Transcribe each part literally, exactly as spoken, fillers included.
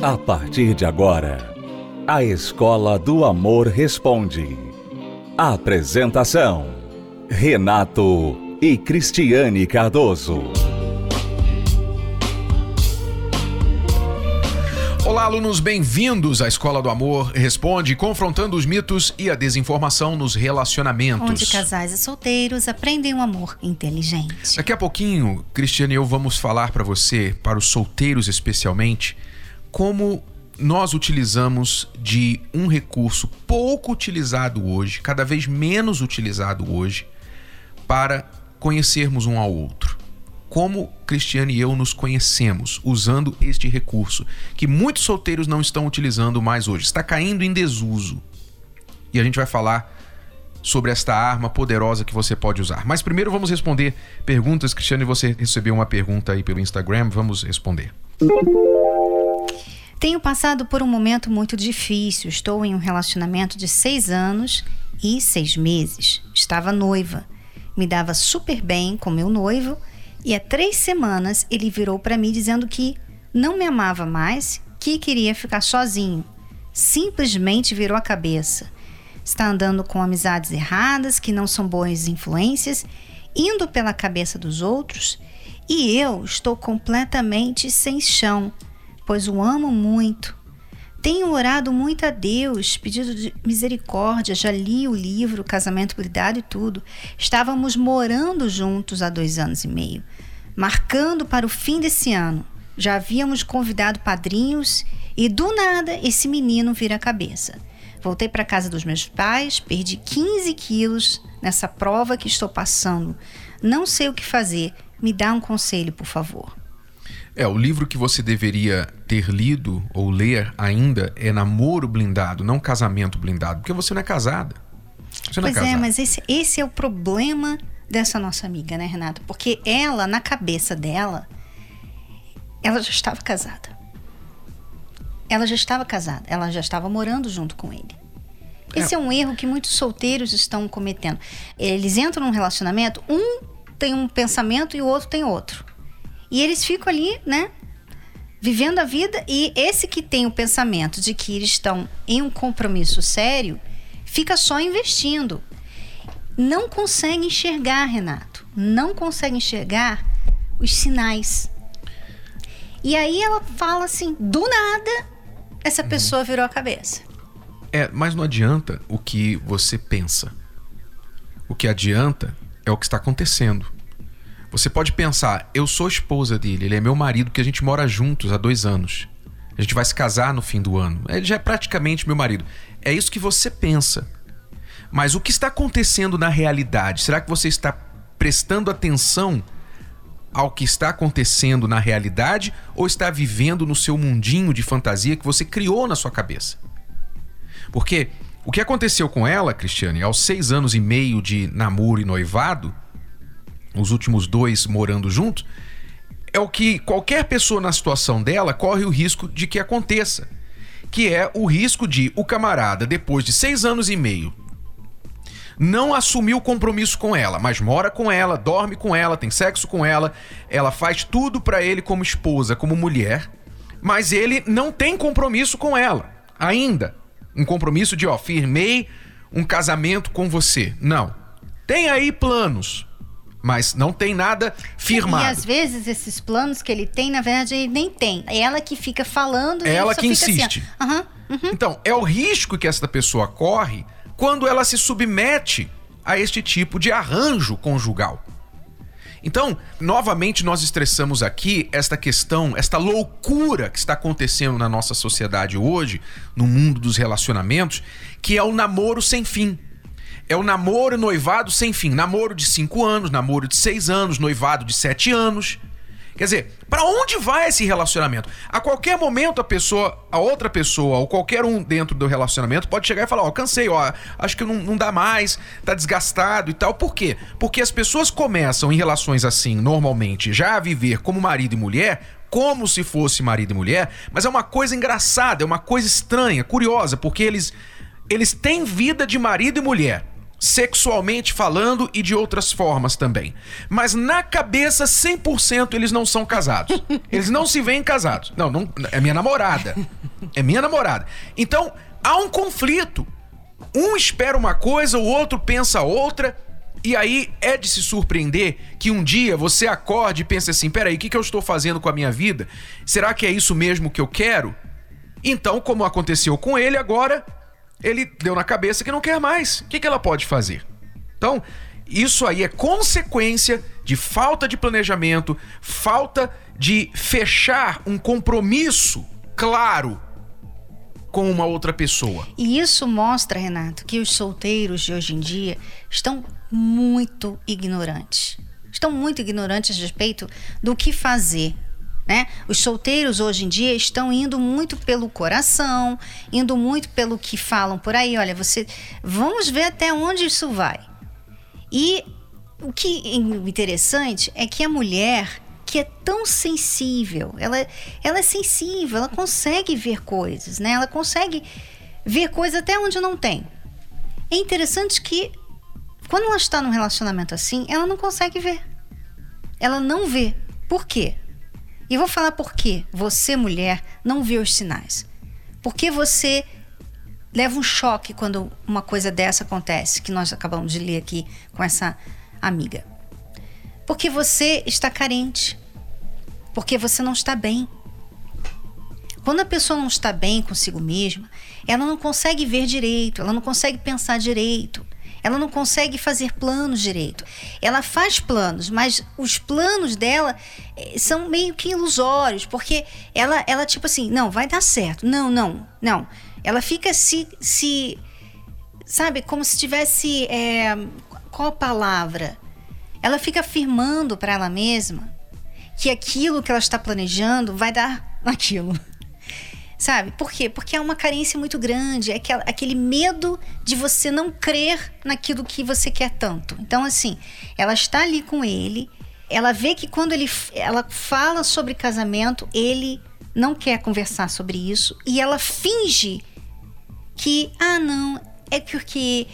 A partir de agora, a Escola do Amor Responde. Apresentação: Renato e Cristiane Cardoso. Olá, alunos, bem-vindos à Escola do Amor Responde, confrontando os mitos e a desinformação nos relacionamentos. Onde casais e solteiros aprendem um amor inteligente. Daqui a pouquinho, Cristiane e eu vamos falar para você, para os solteiros especialmente, como nós utilizamos de um recurso pouco utilizado hoje, cada vez menos utilizado hoje, para conhecermos um ao outro. Como Cristiane e eu nos conhecemos usando este recurso, que muitos solteiros não estão utilizando mais hoje. Está caindo em desuso. E a gente vai falar sobre esta arma poderosa que você pode usar. Mas primeiro vamos responder perguntas. Cristiane, você recebeu uma pergunta aí pelo Instagram, vamos responder. Tenho passado por um momento muito difícil. Estou em um relacionamento de seis anos e seis meses. Estava noiva. Me dava super bem com meu noivo. E há três semanas ele virou para mim dizendo que não me amava mais, que queria ficar sozinho. Simplesmente virou a cabeça. Está andando com amizades erradas, que não são boas influências, indo pela cabeça dos outros. E eu estou completamente sem chão, pois o amo muito. Tenho orado muito a Deus, pedido de misericórdia, já li o livro Casamento Cuidado e tudo. Estávamos morando juntos há dois anos e meio, marcando para o fim desse ano. Já havíamos convidado padrinhos e do nada esse menino vira a cabeça. Voltei para casa dos meus pais, perdi quinze quilos nessa prova que estou passando. Não sei o que fazer, me dá um conselho, por favor. É, o livro que você deveria ter lido ou ler ainda é Namoro Blindado, não Casamento Blindado, porque você não é casada. Você não pois é, casada. é, mas esse, esse é o problema dessa nossa amiga, né, Renato? Porque ela, na cabeça dela, ela já estava casada. Ela já estava casada, ela já estava morando junto com ele. Esse é, é um erro que muitos solteiros estão cometendo. Eles entram num relacionamento, um tem um pensamento e o outro tem outro. E eles ficam ali, né, vivendo a vida, e esse que tem o pensamento de que eles estão em um compromisso sério, fica só investindo. Não consegue enxergar, Renato, não consegue enxergar os sinais. E aí ela fala assim, do nada, essa uhum. pessoa virou a cabeça. É, mas não adianta o que você pensa. O que adianta é o que está acontecendo. Você pode pensar, eu sou esposa dele, ele é meu marido, porque a gente mora juntos há dois anos. A gente vai se casar no fim do ano. Ele já é praticamente meu marido. É isso que você pensa. Mas o que está acontecendo na realidade? Será que você está prestando atenção ao que está acontecendo na realidade ou está vivendo no seu mundinho de fantasia que você criou na sua cabeça? Porque o que aconteceu com ela, Cristiane, aos seis anos e meio de namoro e noivado, os últimos dois morando juntos, é o que qualquer pessoa na situação dela corre o risco de que aconteça, que é o risco de o camarada, depois de seis anos e meio, não assumir o compromisso com ela, mas mora com ela, dorme com ela, tem sexo com ela, ela faz tudo pra ele como esposa, como mulher, mas ele não tem compromisso com ela, ainda. Um compromisso de, ó, firmei um casamento com você. Não. Tem aí planos, mas não tem nada firmado. E às vezes esses planos que ele tem, na verdade, ele nem tem. É ela que fica falando. É ela só que fica insiste. Assim, uhum, uhum. Então, é o risco que essa pessoa corre quando ela se submete a este tipo de arranjo conjugal. Então, novamente nós estressamos aqui esta questão, esta loucura que está acontecendo na nossa sociedade hoje, no mundo dos relacionamentos, que é o namoro sem fim. É o namoro noivado sem fim. Namoro de cinco anos, namoro de seis anos, noivado de sete anos. Quer dizer, para onde vai esse relacionamento? A qualquer momento a pessoa, a outra pessoa, ou qualquer um dentro do relacionamento pode chegar e falar, ó, cansei, ó, acho que não, não dá mais, tá desgastado e tal. Por quê? Porque as pessoas começam em relações assim, normalmente, já a viver como marido e mulher, como se fosse marido e mulher, mas é uma coisa engraçada, é uma coisa estranha, curiosa, porque eles, eles têm vida de marido e mulher. sexualmente falando e de outras formas também. Mas na cabeça, cem por cento eles não são casados. Eles não se veem casados. Não, não, é minha namorada. É minha namorada. Então, há um conflito. Um espera uma coisa, o outro pensa outra. E aí é de se surpreender que um dia você acorde e pense assim, peraí, o que, que eu estou fazendo com a minha vida? Será que é isso mesmo que eu quero? Então, como aconteceu com ele agora, ele deu na cabeça que não quer mais. O que, que ela pode fazer? Então, isso aí é consequência de falta de planejamento, falta de fechar um compromisso claro com uma outra pessoa. E isso mostra, Renato, que os solteiros de hoje em dia estão muito ignorantes. Estão muito ignorantes a respeito do que fazer. Né? Os solteiros hoje em dia estão indo muito pelo coração, indo muito pelo que falam por aí. Olha, você, vamos ver até onde isso vai. E o que é interessante é que a mulher, que é tão sensível, ela, ela é sensível, ela consegue ver coisas, né? Ela consegue ver coisas até onde não tem. É interessante que quando ela está num relacionamento assim, ela não consegue ver. Ela não vê. Por quê? E eu vou falar por quê você, mulher, não vê os sinais. Porque você leva um choque quando uma coisa dessa acontece, que nós acabamos de ler aqui com essa amiga. Porque você está carente. Porque você não está bem. Quando a pessoa não está bem consigo mesma, ela não consegue ver direito, ela não consegue pensar direito. Ela não consegue fazer planos direito. Ela faz planos, mas os planos dela são meio que ilusórios, porque ela, ela tipo assim, não, vai dar certo. Não, não, não. Ela fica se, se sabe, como se tivesse, é, qual a palavra? Ela fica afirmando para ela mesma que aquilo que ela está planejando vai dar naquilo. Sabe? Por quê? Porque é uma carência muito grande, é aquela, aquele medo de você não crer naquilo que você quer tanto. Então, assim, ela está ali com ele, ela vê que quando ele, ela fala sobre casamento, ele não quer conversar sobre isso, e ela finge que, ah, não, é porque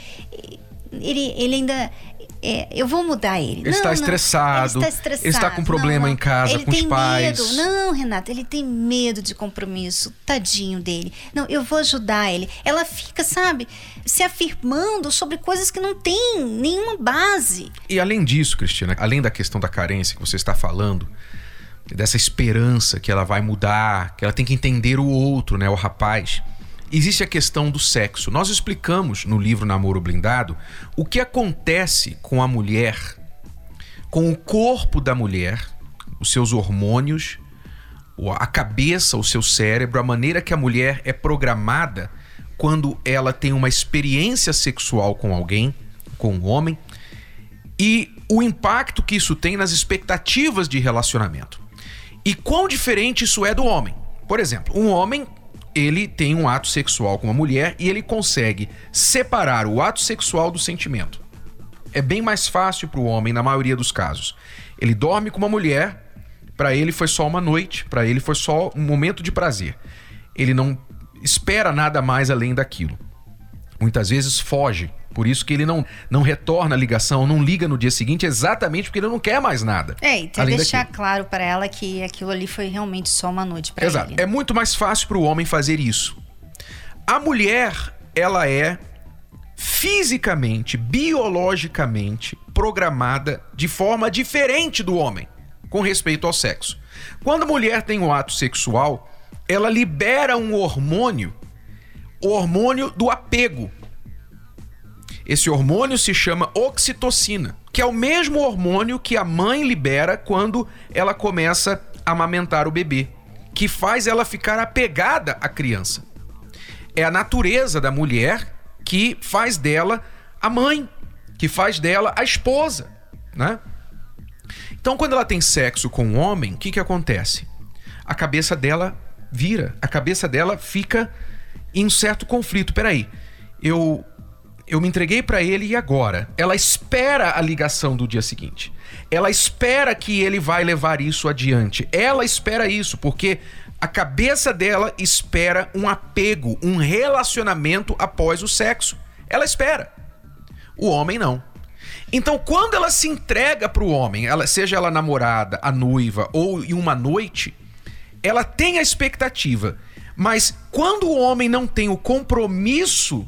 ele, ele ainda... É, eu vou mudar ele. Ele, não, está não, estressado, ele está estressado. Ele está com problema não, não. em casa, ele com os pais. Medo. Não, Renato, ele tem medo de compromisso. Tadinho dele. Não, eu vou ajudar ele. Ela fica, sabe, se afirmando sobre coisas que não tem nenhuma base. E além disso, Cristina, além da questão da carência que você está falando, dessa esperança que ela vai mudar, que ela tem que entender o outro, né, o rapaz... Existe a questão do sexo. Nós explicamos no livro Namoro Blindado o que acontece com a mulher, com o corpo da mulher, os seus hormônios, a cabeça, o seu cérebro, a maneira que a mulher é programada quando ela tem uma experiência sexual com alguém, com um homem, e o impacto que isso tem nas expectativas de relacionamento. E quão diferente isso é do homem. Por exemplo, um homem... ele tem um ato sexual com uma mulher e ele consegue separar o ato sexual do sentimento. É bem mais fácil para o homem na maioria dos casos. Ele dorme com uma mulher, para ele foi só uma noite, para ele foi só um momento de prazer. Ele não espera nada mais além daquilo. Muitas vezes foge, por isso que ele não, não retorna a ligação, não liga no dia seguinte, exatamente porque ele não quer mais nada. É, e até deixar daquilo. Claro para ela que aquilo ali foi realmente só uma noite para ele. Exato. É muito mais fácil para o homem fazer isso. A mulher, ela é fisicamente, biologicamente programada de forma diferente do homem com respeito ao sexo. Quando a mulher tem um ato sexual, ela libera um hormônio, o hormônio do apego. Esse hormônio se chama ocitocina, que é o mesmo hormônio que a mãe libera quando ela começa a amamentar o bebê, que faz ela ficar apegada à criança. É a natureza da mulher que faz dela a mãe, que faz dela a esposa, né? Então, quando ela tem sexo com um homem, o que que acontece? A cabeça dela vira, a cabeça dela fica em um certo conflito. Peraí, eu... Eu me entreguei pra ele e agora? Ela espera a ligação do dia seguinte. Ela espera que ele vai levar isso adiante. Ela espera isso porque a cabeça dela espera um apego, um relacionamento após o sexo. Ela espera. O homem não. Então, quando ela se entrega para o homem, ela, seja ela a namorada, a noiva ou em uma noite, ela tem a expectativa. Mas quando o homem não tem o compromisso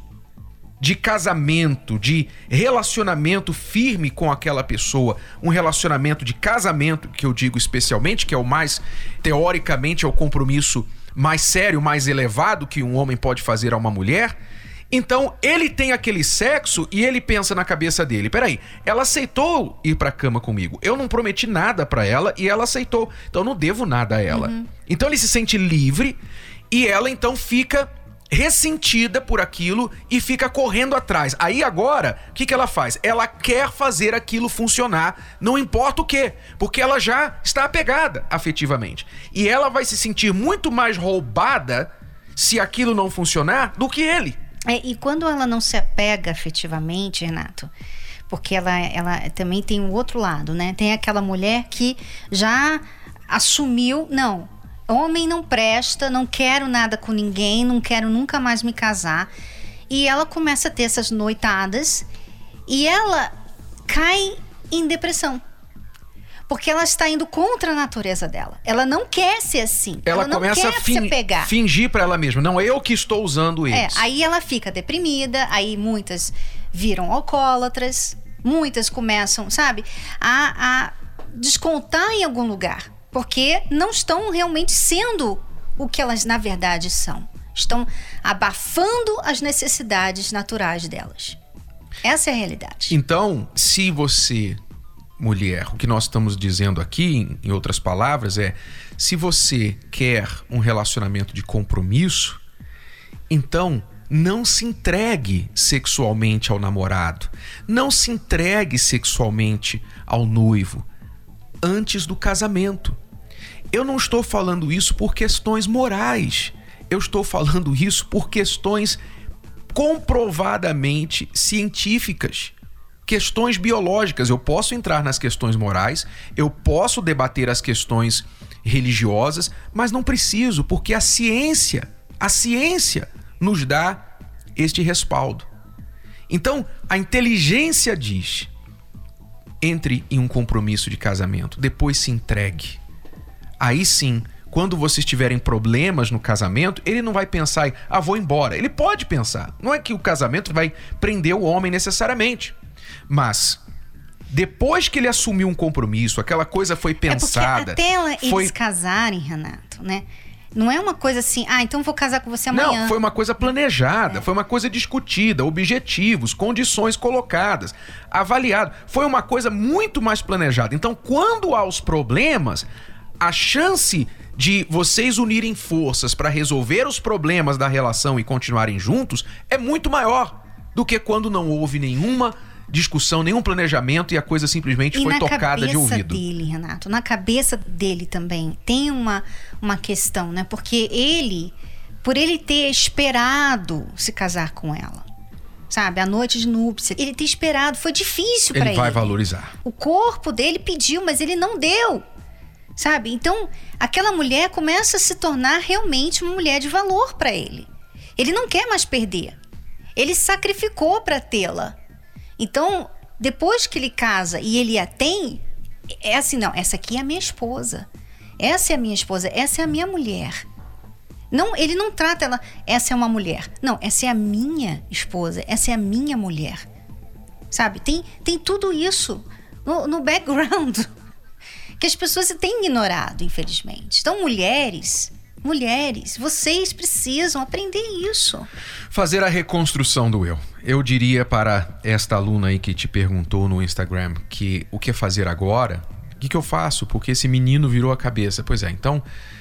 de casamento, de relacionamento firme com aquela pessoa, um relacionamento de casamento, que eu digo especialmente, que é o mais, teoricamente, é o compromisso mais sério, mais elevado que um homem pode fazer a uma mulher. Então, ele tem aquele sexo e ele pensa na cabeça dele, peraí, ela aceitou ir pra cama comigo, eu não prometi nada pra ela e ela aceitou, então eu não devo nada a ela. Uhum. Então ele se sente livre e ela então fica ressentida por aquilo e fica correndo atrás. Aí agora, o que, que ela faz? Ela quer fazer aquilo funcionar, não importa o quê, porque ela já está apegada afetivamente. E ela vai se sentir muito mais roubada se aquilo não funcionar do que ele. É, e quando ela não se apega afetivamente, Renato, porque ela, ela também tem o outro lado, né? Tem aquela mulher que já assumiu, não, homem não presta, não quero nada com ninguém, não quero nunca mais me casar. E ela começa a ter essas noitadas e ela cai em depressão. Porque ela está indo contra a natureza dela. Ela não quer ser assim. Ela, ela não começa quer a fin- se pegar. fingir pra ela mesma. Não, eu que estou usando eles. É, aí ela fica deprimida, aí muitas viram alcoólatras, muitas começam, sabe, a, a descontar em algum lugar. Porque não estão realmente sendo o que elas na verdade são. Estão abafando as necessidades naturais delas. Essa é a realidade. Então, se você... mulher, o que nós estamos dizendo aqui, em outras palavras, é: se você quer um relacionamento de compromisso, então não se entregue sexualmente ao namorado, não se entregue sexualmente ao noivo antes do casamento. Eu não estou falando isso por questões morais, eu estou falando isso por questões comprovadamente científicas. Questões biológicas. Eu posso entrar nas questões morais, eu posso debater as questões religiosas, mas não preciso, porque a ciência, a ciência nos dá este respaldo. Então, a inteligência diz: entre em um compromisso de casamento, depois se entregue. Aí sim, quando vocês tiverem problemas no casamento, ele não vai pensar, ah, vou embora. Ele pode pensar. Não é que o casamento vai prender o homem necessariamente. Mas, depois que ele assumiu um compromisso, aquela coisa foi pensada... É porque até ela, foi... eles casarem, Renato, né? Não é uma coisa assim, ah, então vou casar com você amanhã. Não, foi uma coisa planejada, é. foi uma coisa discutida, objetivos, condições colocadas, avaliado. Foi uma coisa muito mais planejada. Então, quando há os problemas, a chance de vocês unirem forças para resolver os problemas da relação e continuarem juntos é muito maior do que quando não houve nenhuma discussão, nenhum planejamento e a coisa simplesmente e foi tocada de ouvido. Na cabeça dele, Renato, na cabeça dele também tem uma, uma questão, né? Porque ele, por ele ter esperado se casar com ela, sabe? A noite de núpcias, ele ter esperado, foi difícil para ele. Ele vai valorizar. O corpo dele pediu, mas ele não deu, sabe? Então, aquela mulher começa a se tornar realmente uma mulher de valor para ele. Ele não quer mais perder. Ele sacrificou para tê-la. Então, depois que ele casa e ele a tem, é assim, não, essa aqui é a minha esposa. Essa é a minha esposa, essa é a minha mulher. Não, ele não trata ela, essa é uma mulher. Não, essa é a minha esposa, essa é a minha mulher. Sabe, tem, tem tudo isso no, no background que as pessoas têm ignorado, infelizmente. Então, mulheres... Mulheres, vocês precisam aprender isso. Fazer a reconstrução do eu. Eu diria para esta aluna aí que te perguntou no Instagram que o que fazer agora, o que, que eu faço? Porque esse menino virou a cabeça. Pois é, então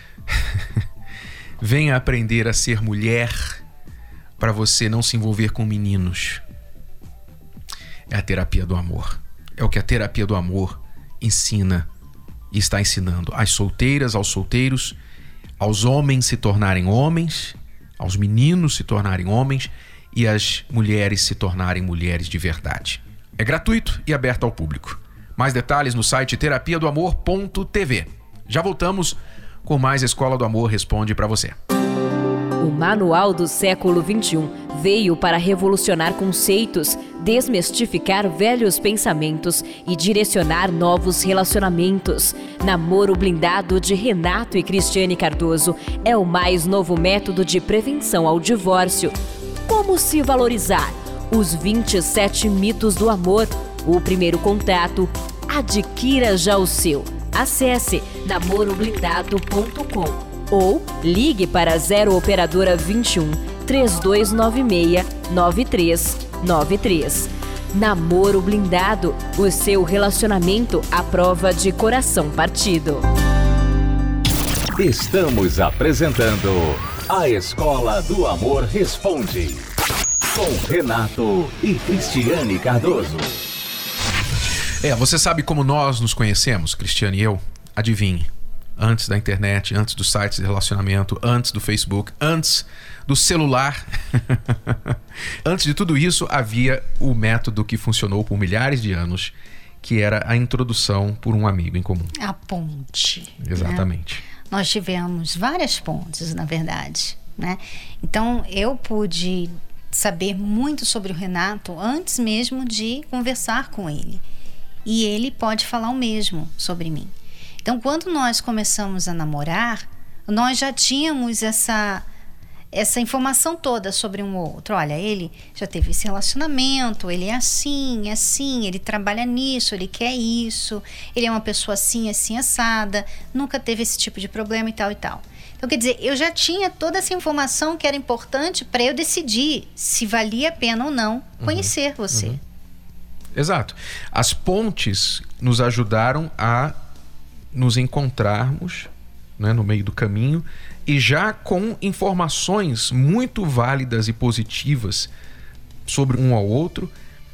venha aprender a ser mulher para você não se envolver com meninos. É a terapia do amor. É o que a terapia do amor ensina e está ensinando às solteiras, aos solteiros, aos homens se tornarem homens, aos meninos se tornarem homens e às mulheres se tornarem mulheres de verdade. É gratuito e aberto ao público. Mais detalhes no site terapia do amor ponto t v. Já voltamos com mais Escola do Amor Responde para você. O Manual do Século vinte e um veio para revolucionar conceitos, desmistificar velhos pensamentos e direcionar novos relacionamentos. Namoro Blindado de Renato e Cristiane Cardoso é o mais novo método de prevenção ao divórcio. Como se valorizar? Os vinte e sete mitos do amor. O primeiro contato. Adquira já o seu. Acesse namoro blindado ponto com ou ligue para zero operadora vinte e um, três dois nove seis, nove três nove três. Namoro Blindado, o seu relacionamento à prova de coração partido. Estamos apresentando A Escola do Amor Responde, com Renato e Cristiane Cardoso. É, você sabe como nós nos conhecemos, Cristiane e eu? Adivinhe. Antes da internet, antes dos sites de relacionamento, antes do Facebook, antes do celular. Antes de tudo isso, havia o método que funcionou por milhares de anos, que era a introdução por um amigo em comum. A ponte. Exatamente. Né? Nós tivemos várias pontes, na verdade, né? Então, eu pude saber muito sobre o Renato antes mesmo de conversar com ele. E ele pode falar o mesmo sobre mim. Então, quando nós começamos a namorar, nós já tínhamos essa, essa informação toda sobre um outro. Olha, ele já teve esse relacionamento, ele é assim, é assim, ele trabalha nisso, ele quer isso, ele é uma pessoa assim, assim, assada, nunca teve esse tipo de problema e tal e tal. Então, quer dizer, eu já tinha toda essa informação que era importante para eu decidir se valia a pena ou não conhecer uhum, você. Uhum. Exato. As pontes nos ajudaram a nos encontrarmos, né, no meio do caminho, e já com informações muito válidas e positivas sobre um ao outro,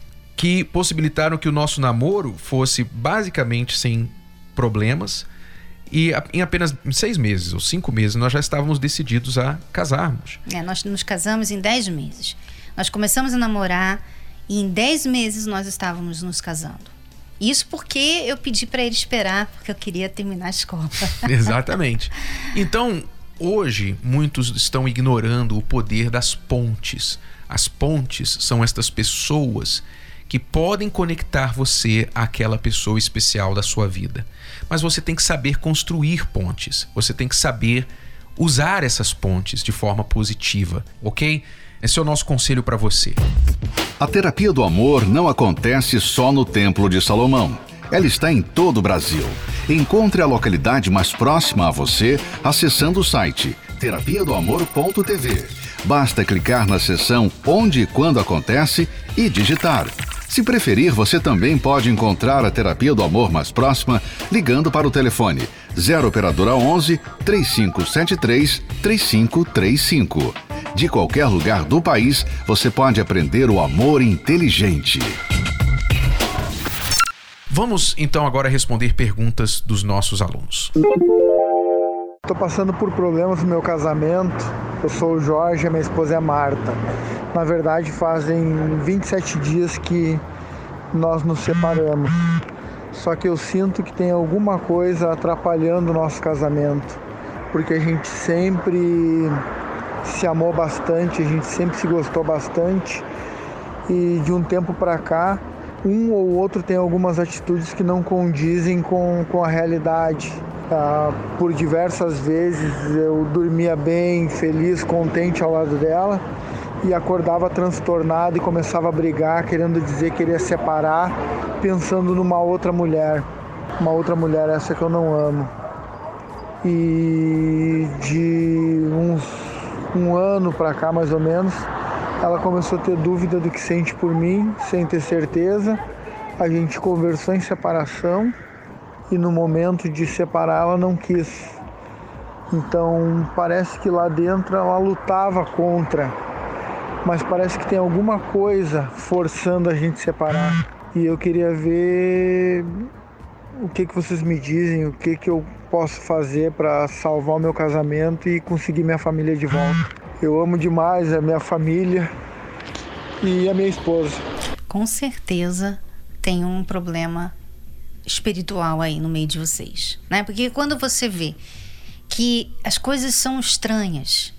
que possibilitaram que o nosso namoro fosse basicamente sem problemas, e em apenas seis meses ou cinco meses nós já estávamos decididos a casarmos. É, nós nos casamos em dez meses. Nós começamos a namorar e em dez meses nós estávamos nos casando. Isso porque eu pedi para ele esperar, porque eu queria terminar a escola. Exatamente. Então, hoje, muitos estão ignorando o poder das pontes. As pontes são estas pessoas que podem conectar você àquela pessoa especial da sua vida. Mas você tem que saber construir pontes. Você tem que saber usar essas pontes de forma positiva, ok? Esse é o nosso conselho para você. A terapia do amor não acontece só no Templo de Salomão. Ela está em todo o Brasil. Encontre a localidade mais próxima a você acessando o site terapia do amor ponto t v. Basta clicar na seção Onde e Quando Acontece e digitar. Se preferir, você também pode encontrar a terapia do amor mais próxima ligando para o telefone zero operadora onze, três cinco sete três, três cinco três cinco. De qualquer lugar do país, você pode aprender o amor inteligente. Vamos então agora responder perguntas dos nossos alunos. Estou passando por problemas no meu casamento. Eu sou o Jorge, a minha esposa é a Marta. Na verdade, fazem vinte e sete dias que nós nos separamos. Só que eu sinto que tem alguma coisa atrapalhando o nosso casamento. Porque a gente sempre se amou bastante, a gente sempre se gostou bastante. E de um tempo para cá, um ou outro tem algumas atitudes que não condizem com, com a realidade. Ah, por diversas vezes eu dormia bem, feliz, contente ao lado dela e acordava transtornado e começava a brigar, querendo dizer que queria separar, pensando numa outra mulher, uma outra mulher essa que eu não amo. E de uns um ano para cá mais ou menos, ela começou a ter dúvida do que sente por mim, sem ter certeza. A gente conversou em separação e no momento de separar ela não quis. Então parece que lá dentro ela lutava contra, mas parece que tem alguma coisa forçando a gente separar. E eu queria ver o que, que vocês me dizem, o que, que eu posso fazer para salvar o meu casamento e conseguir minha família de volta. Eu amo demais a minha família e a minha esposa. Com certeza tem um problema espiritual aí no meio de vocês, né? Porque quando você vê que as coisas são estranhas,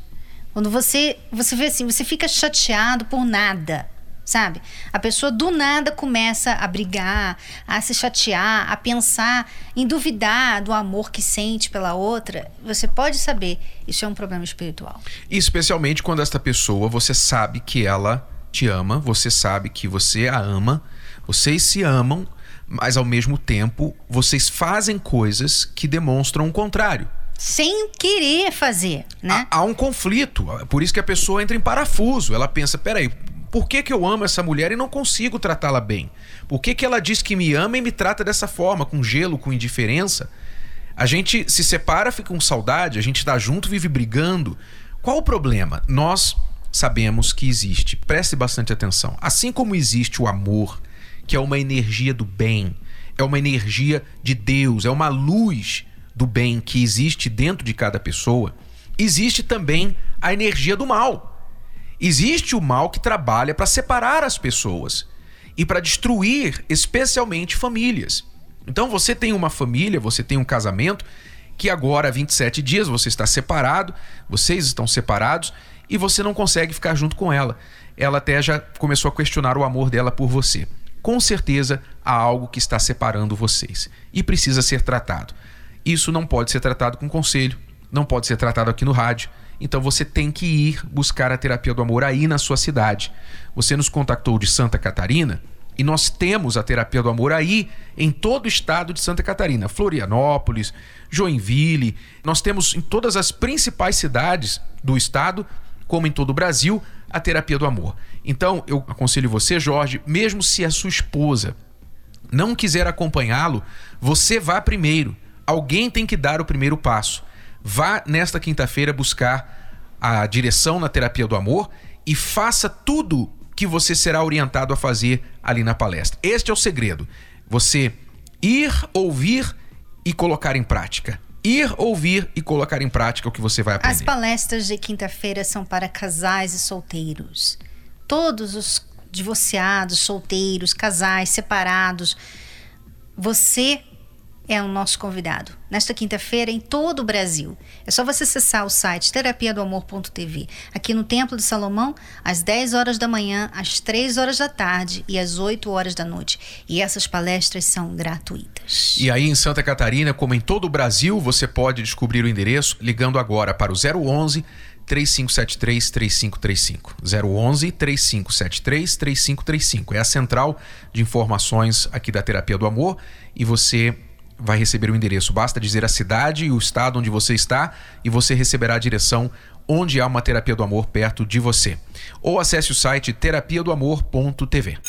Quando você, você vê assim, você fica chateado por nada, sabe? A pessoa do nada começa a brigar, a se chatear, a pensar, em duvidar do amor que sente pela outra. Você pode saber, isso é um problema espiritual. E especialmente quando esta pessoa, você sabe que ela te ama, você sabe que você a ama, vocês se amam, mas ao mesmo tempo vocês fazem coisas que demonstram o contrário. Sem querer fazer, né? Há, há um conflito, por isso que a pessoa entra em parafuso. Ela pensa, peraí, por que que eu amo essa mulher e não consigo tratá-la bem? Por que que ela diz que me ama e me trata dessa forma, com gelo, com indiferença? A gente se separa, fica com saudade, a gente tá junto, vive brigando. Qual o problema? Nós sabemos que existe, preste bastante atenção. Assim como existe o amor, que é uma energia do bem, é uma energia de Deus, é uma luz do bem que existe dentro de cada pessoa, existe também a energia do mal. Existe o mal que trabalha para separar as pessoas e para destruir especialmente famílias. Então você tem uma família, você tem um casamento que agora há vinte e sete dias você está separado, vocês estão separados e você não consegue ficar junto com ela. Ela até já começou a questionar o amor dela por você. Com certeza há algo que está separando vocês e precisa ser tratado. Isso não pode ser tratado com conselho, não pode ser tratado aqui no rádio. Então você tem que ir buscar a terapia do amor aí na sua cidade. Você nos contactou de Santa Catarina e nós temos a terapia do amor aí em todo o estado de Santa Catarina. Florianópolis, Joinville. Nós temos em todas as principais cidades do estado, como em todo o Brasil, a terapia do amor. Então eu aconselho você, Jorge, mesmo se a sua esposa não quiser acompanhá-lo, você vá primeiro. Alguém tem que dar o primeiro passo. Vá nesta quinta-feira buscar a direção na terapia do amor e faça tudo que você será orientado a fazer ali na palestra. Este é o segredo. Você ir, ouvir e colocar em prática. Ir, ouvir e colocar em prática o que você vai aprender. As palestras de quinta-feira são para casais e solteiros. Todos os divorciados, solteiros, casais, separados. Você é o nosso convidado. Nesta quinta-feira, em todo o Brasil. É só você acessar o site terapia do amor ponto t v. Aqui no Templo de Salomão, às dez horas da manhã, às três horas da tarde e às oito horas da noite. E essas palestras são gratuitas. E aí em Santa Catarina, como em todo o Brasil, você pode descobrir o endereço ligando agora para o zero onze, três cinco sete três, três cinco três cinco. zero onze, três cinco sete três, três cinco três cinco. É a central de informações aqui da Terapia do Amor e você vai receber o endereço. Basta dizer a cidade e o estado onde você está e você receberá a direção onde há uma terapia do amor perto de você. Ou acesse o site terapia do amor ponto t v.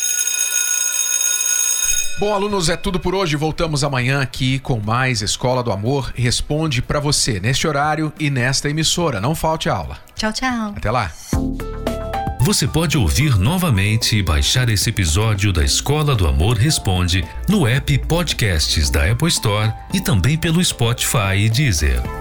Bom, alunos, é tudo por hoje. Voltamos amanhã aqui com mais Escola do Amor Responde para você, neste horário e nesta emissora. Não falte a aula. Tchau, tchau. Até lá. Você pode ouvir novamente e baixar esse episódio da Escola do Amor Responde no app Podcasts da Apple Store e também pelo Spotify e Deezer.